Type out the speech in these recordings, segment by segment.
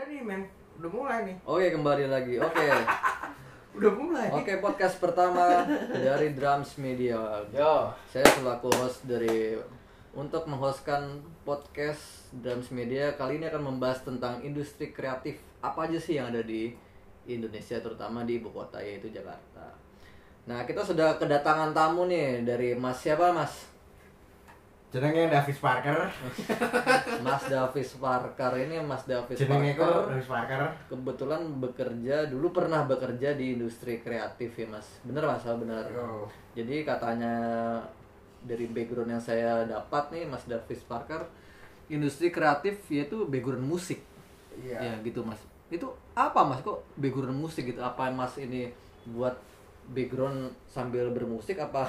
nih men, udah mulai nih. Oh iya, kembali lagi. Oke. Udah mulai. Oke, podcast pertama dari Drums Media. Yo. Saya selaku host untuk menghostkan podcast Drums Media kali ini akan membahas tentang industri kreatif. Apa aja sih yang ada di Indonesia, terutama di ibu kota yaitu Jakarta. Nah, kita sudah kedatangan tamu nih dari Mas siapa, Mas? Jenenge Davis Parker. Mas Davis Parker ini Mas Davis Jenenge Parker. Davis Parker. Kebetulan dulu pernah bekerja di industri kreatif ya Mas. Bener Mas, benar. Oh. Jadi katanya dari background yang saya dapat nih Mas Davis Parker, industri kreatif yaitu background musik. Iya. Ya gitu Mas. Itu apa Mas, kok background musik gitu? Apa Mas ini buat background sambil bermusik apa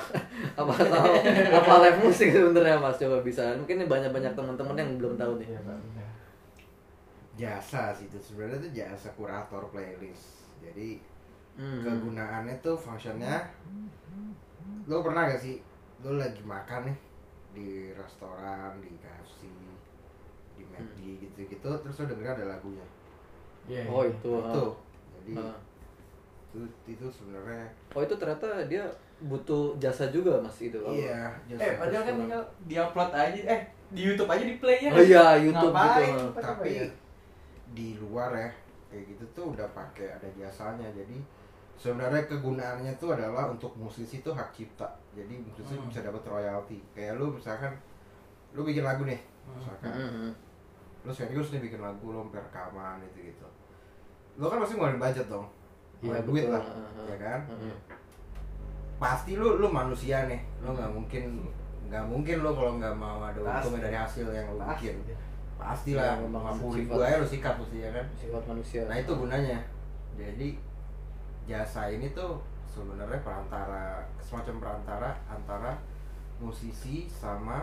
live musik sebenarnya Mas? Coba bisa, mungkin banyak teman-teman yang belum tahu nih. Iya, Pak. Jasa sih itu sebenarnya tuh jasa kurator playlist. Jadi kegunaannya tuh functionnya, lo pernah gak sih lo lagi makan nih di restoran, di KFC, di McD gitu-gitu, terus lo denger ada lagunya. Iya. Oh itu. Jadi itu sebenarnya. Oh itu ternyata dia butuh jasa juga Mas itu. Iya. jasa Padahal kan kurator. tinggal di-upload aja, di YouTube aja di play ya. Oh iya, YouTube Ngapain? gitu. Pakai Tapi bayar. di luar ya kayak gitu tuh udah pakai ada jasanya. Jadi sebenarnya kegunaannya tuh adalah untuk musisi tuh hak cipta. Jadi musisi bisa dapat royalti. Kayak lu misalkan lu bikin lagu nih, misalkan lu serius nih bikin lagu, lu sampai rekaman gitu. Lu kan pasti ngeluarin budget dong. Iya, Ngeluarin duit betul. lah, ya kan? Pasti lu manusia nih, lu nggak mungkin lu kalau nggak mau ada untungnya dari hasil yang lu bikin. Pastilah, Ya, memang mampu sifat- ribu aja lu sikat pasti ya kan. Sifat manusia. Nah itu gunanya. Jadi jasa ini tuh sebenarnya semacam perantara antara musisi sama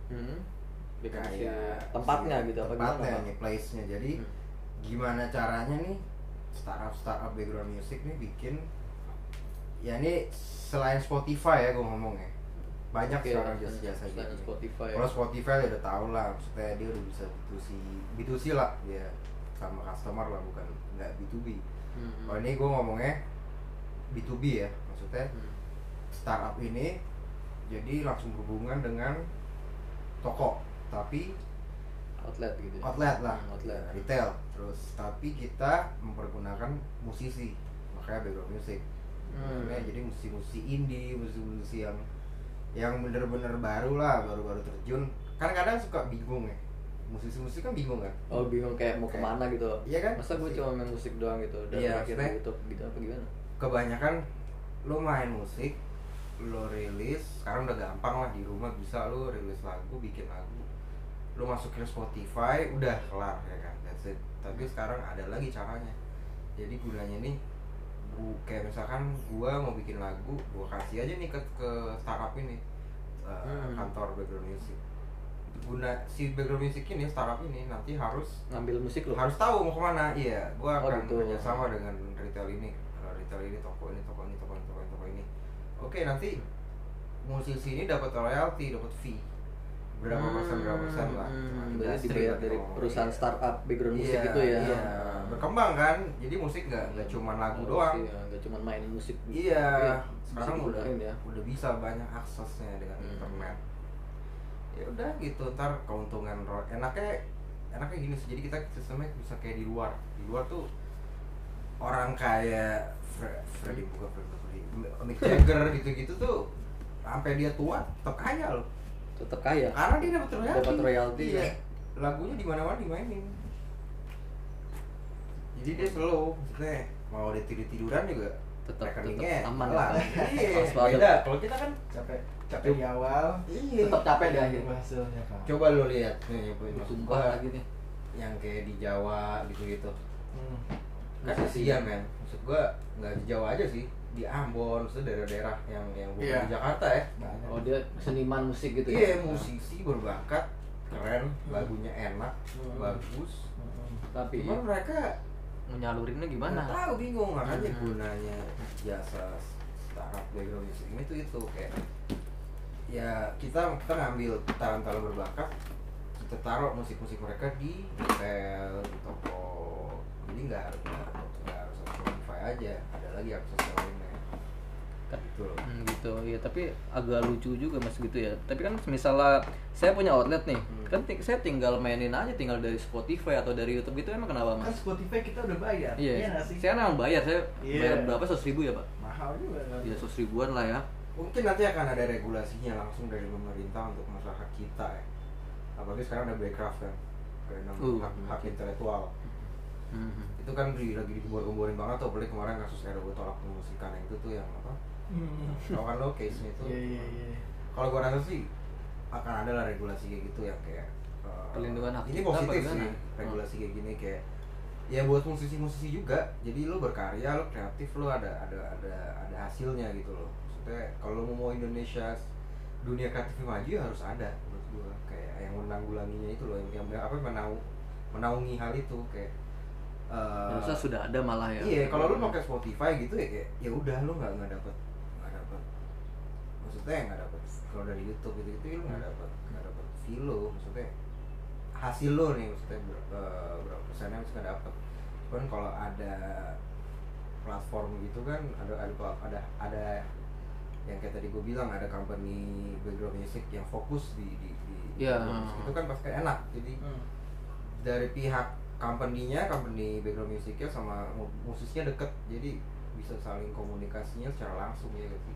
kayak tempatnya gitu apa tempatnya gimana? nih, place-nya. Jadi gimana caranya nih startup background music nih bikin, ya ini selain Spotify ya gue ngomong ya, banyak Oke, sekarang jasa selain gitu. Spotify. Kalau Spotify ya udah tau lah, maksudnya dia udah bisa B2C lah, dia sama customer lah, bukan nggak B2B. Kalau ini gue ngomongnya B2B ya, maksudnya startup ini jadi langsung berhubungan dengan toko, tapi outlet gitu. outlet lah, Outlet. retail. Terus tapi kita mempergunakan musisi, makanya background music. Makanya jadi musisi indie, musisi yang bener-bener baru terjun. Kan kadang suka bingung ya, musisi kan bingung kan. Oh bingung kayak mau Kayak- kemana gitu. Iya kan? Masa gue cuma main musik doang gitu dan Iya, akhirnya maksudnya- YouTube gitu apa gimana? Kebanyakan lo main musik, lo rilis, sekarang udah gampang lah, di rumah bisa lo rilis lagu, bikin lagu, lo masukin Spotify, udah kelar ya kan, that's it. Tapi sekarang ada lagi caranya. Jadi gunanya nih, kayak misalkan gua mau bikin lagu, gua kasih aja nih ke startup ini, kantor background music. Si background music ini, startup ini nanti harus Ngambil musik lo. tahu mau kemana. Iya, gua Oh, akan gitu. kerjasama dengan retail ini, toko ini. Oke, nanti musisi ini dapat royalti, dapat fee berapa persen lah. Berarti Industri dibayar lah, dari ngomong. perusahaan Iya. startup background musik Iya, itu ya. iya. Berkembang kan, jadi musik nggak cuma lagu doang. Nggak cuma main musik. Iya, Bisa sekarang digunain ya. udah bisa banyak aksesnya dengan internet. Ya udah gitu, ntar keuntungan enaknya gini sih. Jadi kita sistemnya bisa kayak di luar tuh orang kayak Mick Jagger gitu-gitu tuh sampai dia tua tetap kaya loh, Tetap kaya. karena dia dapat royalti. Iya. Iya. Lagunya di mana-mana dimainin, jadi dia slow, maksudnya mau dia tiduran juga Tetap rekeningnya aman lah. ya. Iya, Waspada. beda. Kalau kita kan Capek di awal, iya. Tetap capek di akhir. hasilnya Pak. Coba lo lihat nih, Sumpah lagi nih. yang kayak di Jawa gitu-gitu. Hmm. Kan kasihan men, maksud gua nggak di Jawa aja sih, di Ambon, maksudnya daerah-daerah yang bukan Iya. di Jakarta ya. Banyak. Oh dia seniman musik gitu Iya, ya. musisi berbakat, keren, lagunya enak, bagus. Tapi Cuman mereka menyalurinnya gimana? nggak tahu, bingung. Makanya gunanya jasa startup background music ini tuh itu kayak, ya kita ngambil talent berbakat, kita taruh musik-musik mereka di retail, di toko nggak harus Spotify aja, ada lagi akses lainnya gitu loh. Gitu ya, tapi agak lucu juga mas gitu ya. Tapi kan misalnya saya punya outlet nih, kan saya tinggal mainin aja, tinggal dari Spotify atau dari YouTube gitu, emang kenapa Kan mas? Spotify kita udah bayar. Iya, nggak sih? saya memang bayar, saya Iya. bayar berapa, 100.000 ya pak? Mahal juga kan. Ya 100.000-an lah ya. Mungkin nanti akan ada regulasinya langsung dari pemerintah untuk masalah hak kita ya. Apalagi sekarang ada Backcraft kan, kayak hak intelektual. Itu kan lagi digembor-gemborin banget tuh, apalagi kemarin kasus RUU tolak pemusikan yang itu tuh yang apa? Tau kan lo case-nya itu. Iya. Kalau gua rasa sih akan ada lah regulasi kayak gitu yang kayak Perlindungan hak ini cipta positif apa sih, gimana? regulasi kayak gini kayak ya buat musisi-musisi juga. Jadi lo berkarya, lo kreatif, lo ada hasilnya gitu loh. Maksudnya kalau mau Indonesia dunia kreatif maju ya harus ada menurut gua, kayak yang menanggulanginya itu loh, yang apa menaungi hal itu kayak Harusnya sudah ada malah ya. iya, kalau lu pakai Spotify gitu ya kayak ya udah lu nggak dapet maksudnya nggak dapet kalau dari YouTube gitu lu nggak dapet feel lo, maksudnya hasil lo nih, maksudnya berapa persennya mesti nggak dapet. Cuman kalau ada platform gitu kan ada yang kayak tadi gue bilang, ada company background music yang fokus di Iya. musik itu kan pasti enak. Jadi dari pihak company background musiknya sama musisinya deket, jadi bisa saling komunikasinya secara langsung ya gitu.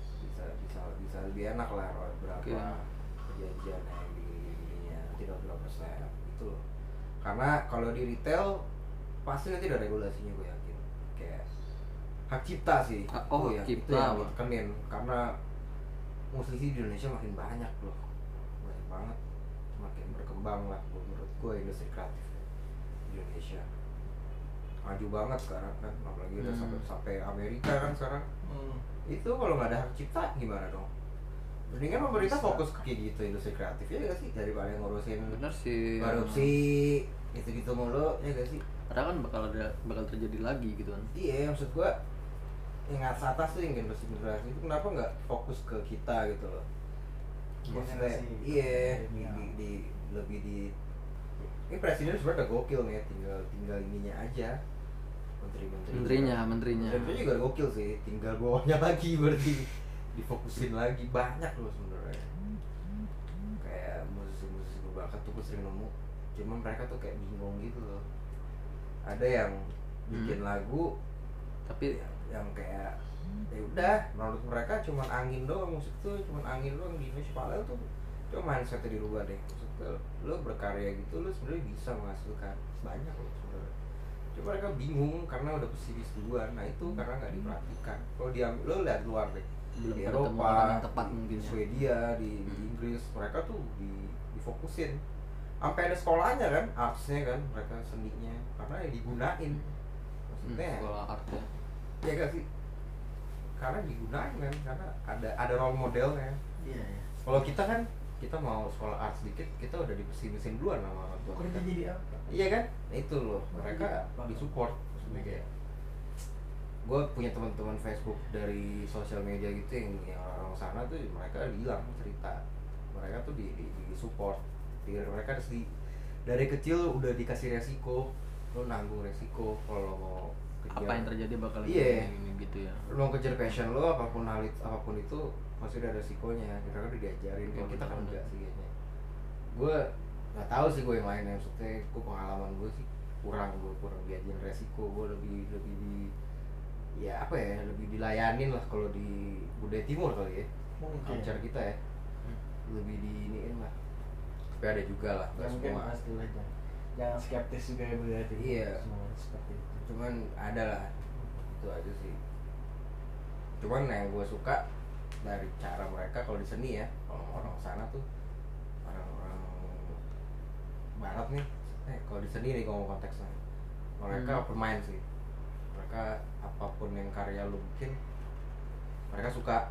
Bisa lebih enak lah berapa perjanjiannya yang ininya, tidak berapa persen gitu loh. Karena kalau di retail pasti nanti ada regulasinya, gue yakin, kayak hak cipta sih. Hak itu cipta, yang Bang. ditekenin karena musisi di Indonesia makin banyak loh, banyak banget, makin berkembang lah menurut gue industri kreatif di Indonesia maju banget sekarang kan, apalagi udah sampai Amerika kan sekarang. Itu kalau nggak ada hak cipta gimana dong? Mendingan pemerintah fokus ke kayak gitu industri kreatif ya gak sih, daripada ngurusin Bener sih. korupsi gitu mulu ya gak sih? Karena kan bakal terjadi lagi gitu kan. Iya, maksud gua yang atas tuh yang industri kreatif itu kenapa nggak fokus ke kita gitu loh? Maksudnya iya lebih di ini presiden sebenarnya udah gokil nih, tinggal ininya aja, menterinya juga udah gokil sih, tinggal bawahnya lagi berarti difokusin lagi. Banyak loh sebenarnya kayak musisi berbakat tuh gue sering nemu, cuman mereka tuh kayak bingung gitu loh. Ada yang bikin lagu tapi yang kayak ya udah menurut mereka cuman angin doang, musik tuh cuman angin doang di Indonesia. Padahal tuh cuma mindsetnya dirubah deh. Maksudnya lo berkarya gitu lo sebenarnya bisa menghasilkan banyak loh sebenarnya. Cuma mereka bingung karena udah pesimis duluan. Nah itu karena nggak diperhatikan. Kalau lo lihat luar deh, belum di ketemu Eropa, orang yang tepat di mungkin ya. Swedia, di Inggris, mereka tuh difokusin. Sampai ada sekolahnya kan, artsnya kan, mereka seninya, karena ya digunain. Maksudnya sekolah art ya. ya gak sih, karena digunain kan, karena ada role modelnya. Iya. Kalau kita kan, kita mau sekolah art sedikit, kita udah dipesimisin duluan sama orang tua Kerja kita. jadi apa? Iya kan, nah, itu loh, mereka Apa? disupport. Maksudnya kayak gue punya teman-teman Facebook dari sosial media gitu yang orang sana tuh, mereka bilang cerita mereka tuh di support, mereka dari kecil udah dikasih resiko, lo nanggung resiko kalau lo mau kejar Apa yang terjadi bakal ini gitu ya. lo mau kejar passion lo, apapun itu pasti ada resikonya. Kita kan udah diajarin, kan kita kan enggak sih kayaknya. Gue nggak tahu sih gue yang lainnya, maksudnya gue pengalaman gue sih kurang diajarin resiko. Gue lebih di ya apa ya, lebih dilayanin lah kalau di budaya timur kali ya, culture kita ya, lebih diiniin lah. Tapi ada juga lah, nggak semua. Pastilah jangan skeptis juga ya berarti. Iya. Semua seperti itu. Cuman ada lah, itu aja sih. Cuman yang gue suka dari cara mereka kalau di seni ya, kalau orang sana tuh, orang-orang barat nih, kalau di seni nih ngomong konteksnya, mereka open mind sih. Mereka apapun yang karya lu bikin, mereka suka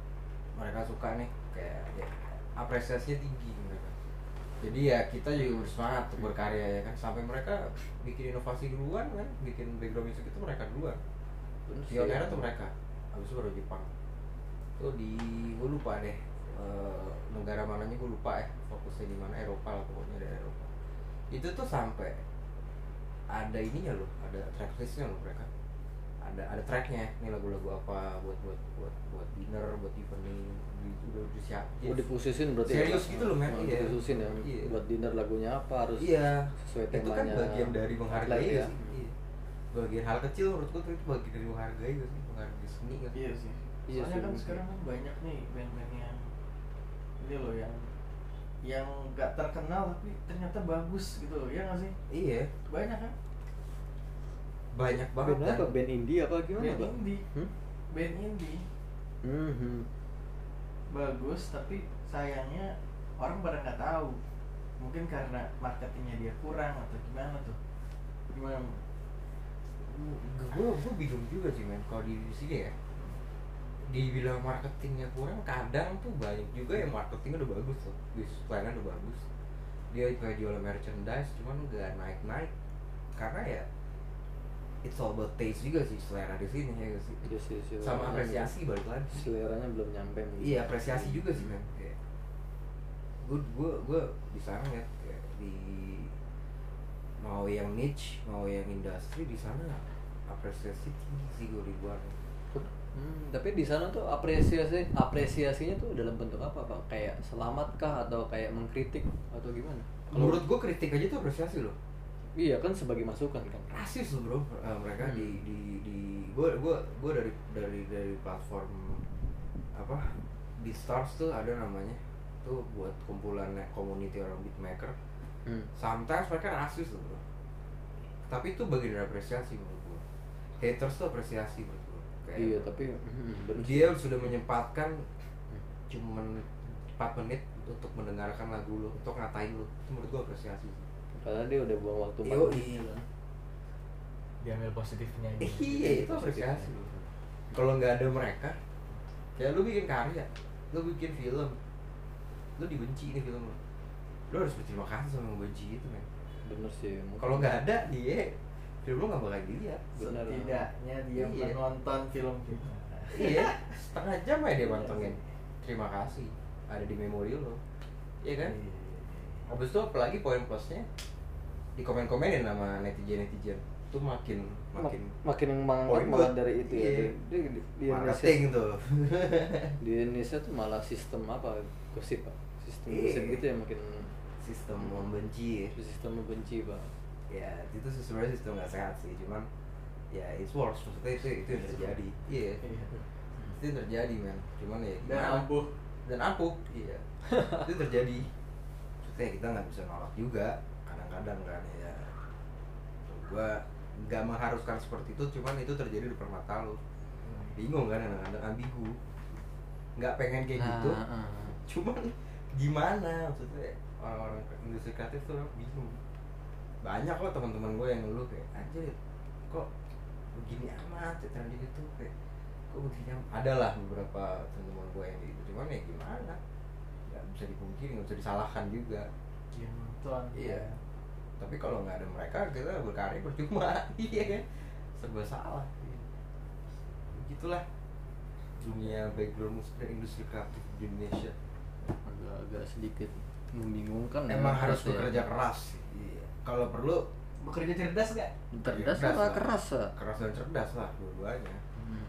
nih, kayak ya, apresiasinya tinggi mereka. Jadi ya kita juga bersemangat untuk berkarya ya kan, sampai mereka bikin inovasi duluan kan, bikin background music itu mereka duluan. Pionirnya tuh mereka, habis itu baru Jepang. Tuh gue lupa deh negara mananya, gue lupa ya fokusnya di mana, Eropa lah pokoknya, dari Eropa. Itu tuh sampai ada ininya loh, ada tracklistnya loh mereka. Ada tracknya, ini lagu-lagu apa buat dinner, buat evening, udah disiapin. Oh, dikhususin berarti. Serius gitu loh, men. Oh, Iya. dikhususin ya. Iya. Buat dinner lagunya apa harus Iya, sesuai itu kan temanya. bagian dari menghargai ya. sih. Iya. Bagian hal kecil menurutku tuh itu bagian dari menghargai gak sih, menghargai seni kan. Iya sih. Iya Soalnya sih, kan mungkin. sekarang kan banyak nih band-band yang ini loh yang nggak terkenal tapi ternyata bagus gitu loh, ya nggak sih? Iya, Banyak kan? banyak banget. Band apa? Band indie apa gimana, Band Pak? indie, band indie bagus tapi sayangnya orang pada nggak tahu. Mungkin karena marketingnya dia kurang atau gimana tuh? Gimana? Gue bingung juga sih, men, kalau di sini ya. Dibilang marketingnya kurang, kadang tuh banyak juga yang marketingnya udah bagus loh, bisnis plannya udah bagus, dia kayak jual merchandise cuman nggak naik karena ya it's all about taste juga sih, selera di sini ya sih. Iya sih, Sama apresiasi balik lagi. Seleranya belum nyampe mungkin. Iya, apresiasi juga sih, men. Kayak gue di sana ya, kayak di mau yang niche mau yang industri di sana apresiasi tinggi sih gue ribuan. Tapi di sana tuh apresiasinya tuh dalam bentuk apa, Pak? Kayak selamat kah atau kayak mengkritik atau gimana? Menurut gue kritik aja tuh apresiasi loh. Iya kan sebagai masukan kan. Rasis loh, bro. Mereka di gue dari platform apa di Stars tuh ada namanya tuh buat kumpulan community orang beatmaker. Sometimes mereka rasis loh, bro. Tapi itu bagian dari apresiasi menurut gue. Haters tuh apresiasi menurut gue. Kayak Iya tapi dia sudah menyempatkan cuman 4 menit untuk mendengarkan lagu lo, untuk ngatain lo, itu menurut gue apresiasi. karena dia udah buang waktu Yo, banyak. iya. Diambil positifnya Iya, itu apresiasi lo. Kalau nggak ada mereka, kayak lu bikin karya, lu bikin film, lu dibenci nih film lu harus berterima kasih sama yang benci itu, men. Bener sih. mungkin. Kalau nggak ada dia, film lu nggak bakal dilihat. Bener. Setidaknya dia Iya. menonton film kita. Iya, setengah jam aja dia mantengin. Terima kasih, ada di memori lo, iya kan? Habis itu apalagi poin plusnya di komen-komenin sama netizen itu makin makin mengangkat Poin malah buat- dari itu ya. iya. Di Indonesia marketing tuh. di Indonesia tuh malah sistem apa gosip, Pak. Sistem Iya. gosip gitu ya makin Sistem membenci. sistem membenci, Pak. Ya itu sebenarnya sistem nggak sehat sih, cuman ya it's worse, maksudnya itu yang terjadi. Iya, itu yang terjadi, men. Cuman ya Dan gimana? ampuh. Dan ampuh, iya. Itu terjadi. Maksudnya kita nggak bisa nolak juga kadang-kadang kan ya. Gua nggak mengharuskan seperti itu, cuman itu terjadi di depan mata lo. Bingung kan, kadang-kadang ambigu. Nggak pengen kayak gitu, cuman gimana, maksudnya orang-orang industri kreatif tuh orang bingung. Banyak kok teman-teman gue yang ngeluh kayak anjir kok begini amat ya trending itu, kayak kok begini amat. Ada lah beberapa teman-teman gue yang gitu, cuman ya gimana, nggak bisa dipungkiri, nggak bisa disalahkan juga. Dia nonton. Iya. Tapi kalau nggak ada mereka kita berkarya percuma. Iya kan, serba salah. Begitulah dunia background musik dan industri kreatif di Indonesia. Agak sedikit membingungkan. Emang ya, harus ya. bekerja keras sih. Iya. Kalau perlu Bekerja cerdas nggak? Cerdas Cerdas apa lah. keras, Pak? keras dan cerdas lah dua-duanya.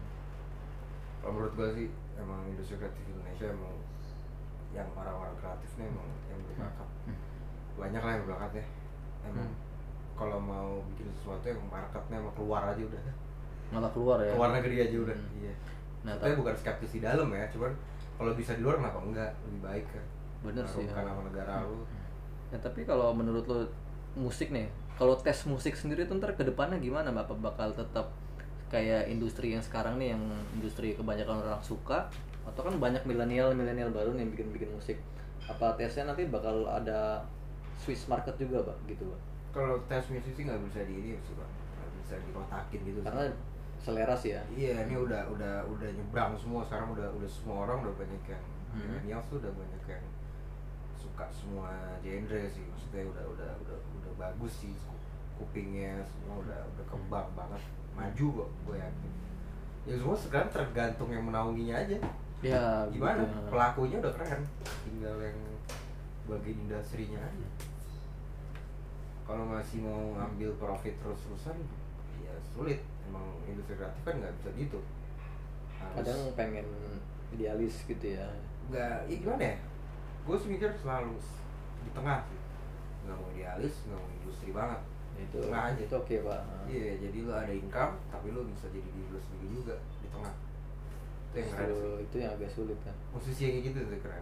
Kalau menurut gue sih emang industri kreatif Indonesia emang yang orang-orang kreatifnya emang yang berbakat. Banyak lah yang berbakat ya. Emang kalau mau bikin sesuatu yang marketnya emang keluar aja udah. Malah keluar ya. Keluar negeri aja udah. Iya. Nah, Tapi bukan skeptis di dalam ya, cuman kalau bisa di luar kenapa enggak? Lebih baik kan. Bener sih, Mengharumkan ya. nama negara lu. Ya, tapi kalau menurut lo musik nih, kalau tes musik sendiri tuh ntar ke depannya gimana, Bapak? Bakal tetap kayak industri yang sekarang nih, yang industri kebanyakan orang suka, atau kan banyak milenial baru nih yang bikin musik? Apa tesnya nanti bakal ada Swiss market juga, Pak? Gitu, Pak? Kalau tes musisi nggak bisa di ini sih, Bang. Nggak bisa dikotakin gitu. Karena sih. selera sih ya. Iya, ini udah nyebrang semua sekarang, udah semua orang udah banyak yang milenial tuh udah banyak yang suka semua genre sih, maksudnya udah bagus sih kupingnya semua udah kembang banget, maju kok gue yakin. Ya semua sekarang tergantung yang menaunginya aja. Ya, Gimana? gitu. Pelakunya udah keren, tinggal yang bagian industrinya aja. kalau masih mau ngambil profit terus-terusan ya sulit. Emang industri kreatif kan nggak bisa gitu. Kadang pengen idealis gitu ya. Nggak, ya gimana ya, gue sih mikir selalu di tengah sih, nggak mau idealis, nggak mau industri banget, Itu tengah aja. itu oke pak. Iya, jadi lo ada income tapi lo bisa jadi diri lo sendiri juga di tengah. Itu yang keren sih. Itu yang agak sulit kan. Musisi yang kayak gitu tuh keren.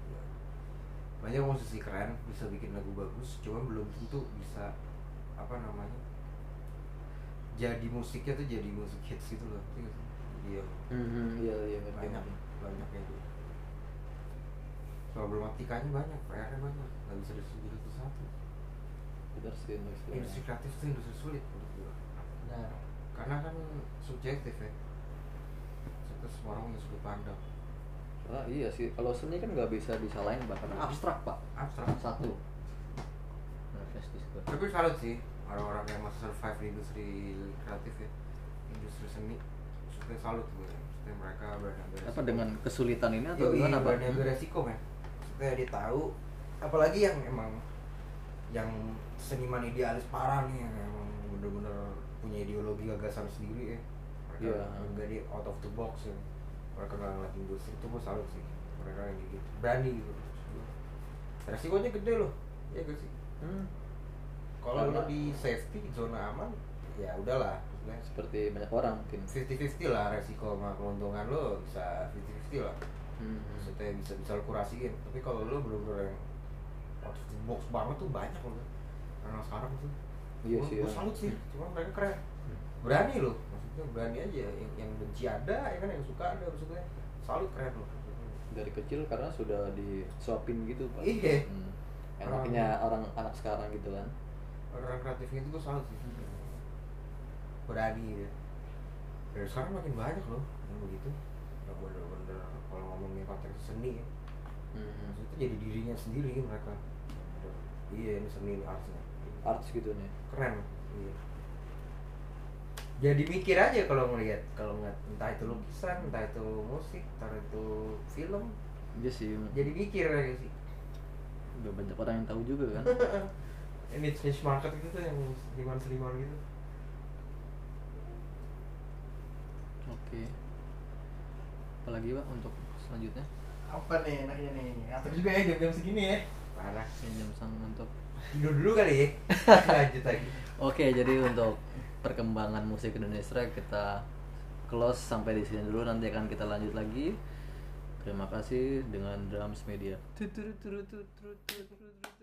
Banyak musisi keren bisa bikin lagu bagus, cuma belum tentu bisa apa namanya jadi musiknya tuh jadi musik hits gitu loh. Iya. Iya ngerti. Banyak yang gitu. Problematikanya banyak, PR-nya banyak, nggak bisa disebut satu. Benar sih Industri kreatif itu industri sulit menurut gue. Nah, Karena kan subjektif ya. Itu semua orang punya sudut pandang. Iya sih, kalau seni kan nggak bisa disalahin pak, karena abstrak pak. Abstrak. Satu. Nah, flash disk gua. Tapi salut sih orang-orang yang masih survive di industri kreatif ya, industri seni. Maksudnya salut gue. Maksudnya mereka berani ambil resiko. Apa dengan kesulitan ini atau Yoi, gimana pak? berani ambil resiko men. Maksudnya dia tahu, apalagi yang emang yang seniman idealis parah nih, yang emang bener-bener punya ideologi gagasan sendiri ya. Mereka Iya. enggak dia out of the box ya. Mereka nggak ngeliat industri itu, gue salut sih. Mereka yang gitu berani gitu. Resikonya gede loh, ya gak sih? Kalau lo Karena- di safety zona aman, ya udahlah. Maksudnya Seperti banyak orang mungkin. 50-50 lah, resiko sama keuntungan lo bisa 50-50 lah. Maksudnya bisa lo kurasiin. Tapi kalau lo bener-bener yang out of the box banget tuh banyak loh. Karena sekarang tuh Iya sih, gue ya. salut sih, cuma mereka keren. Berani loh, maksudnya berani aja. Yang benci ada, ya kan, yang suka ada, maksudnya salut, keren loh. Dari kecil karena sudah disuapin gitu pak. Iya. Enaknya orang anak sekarang gitu kan. Orang kreatif itu tuh salut sih. Berani ya. Dari sekarang makin banyak loh yang begitu. Yang bener-bener kalau ngomongin konteks seni ya. Maksudnya jadi dirinya sendiri mereka. Iya, ini seni, ini artsnya. Arts gitu nih. Keren. Iya. Jadi mikir aja kalau ngeliat, entah itu lukisan, entah itu musik, entah itu film. Iya sih. Jadi mikir aja sih. Udah banyak orang yang tahu juga kan. Ini niche market gitu tuh yang seniman gitu. Oke. Apalagi pak untuk selanjutnya? apa nih enaknya nih? Ngantuk juga ya jam-jam segini ya. Parah. Jam sang untuk. Tidur dulu kali ya. Lanjut lagi. Oke, jadi untuk perkembangan musik Indonesia kita close sampai di sini dulu, nanti akan kita lanjut lagi. Terima kasih dengan Drums Media.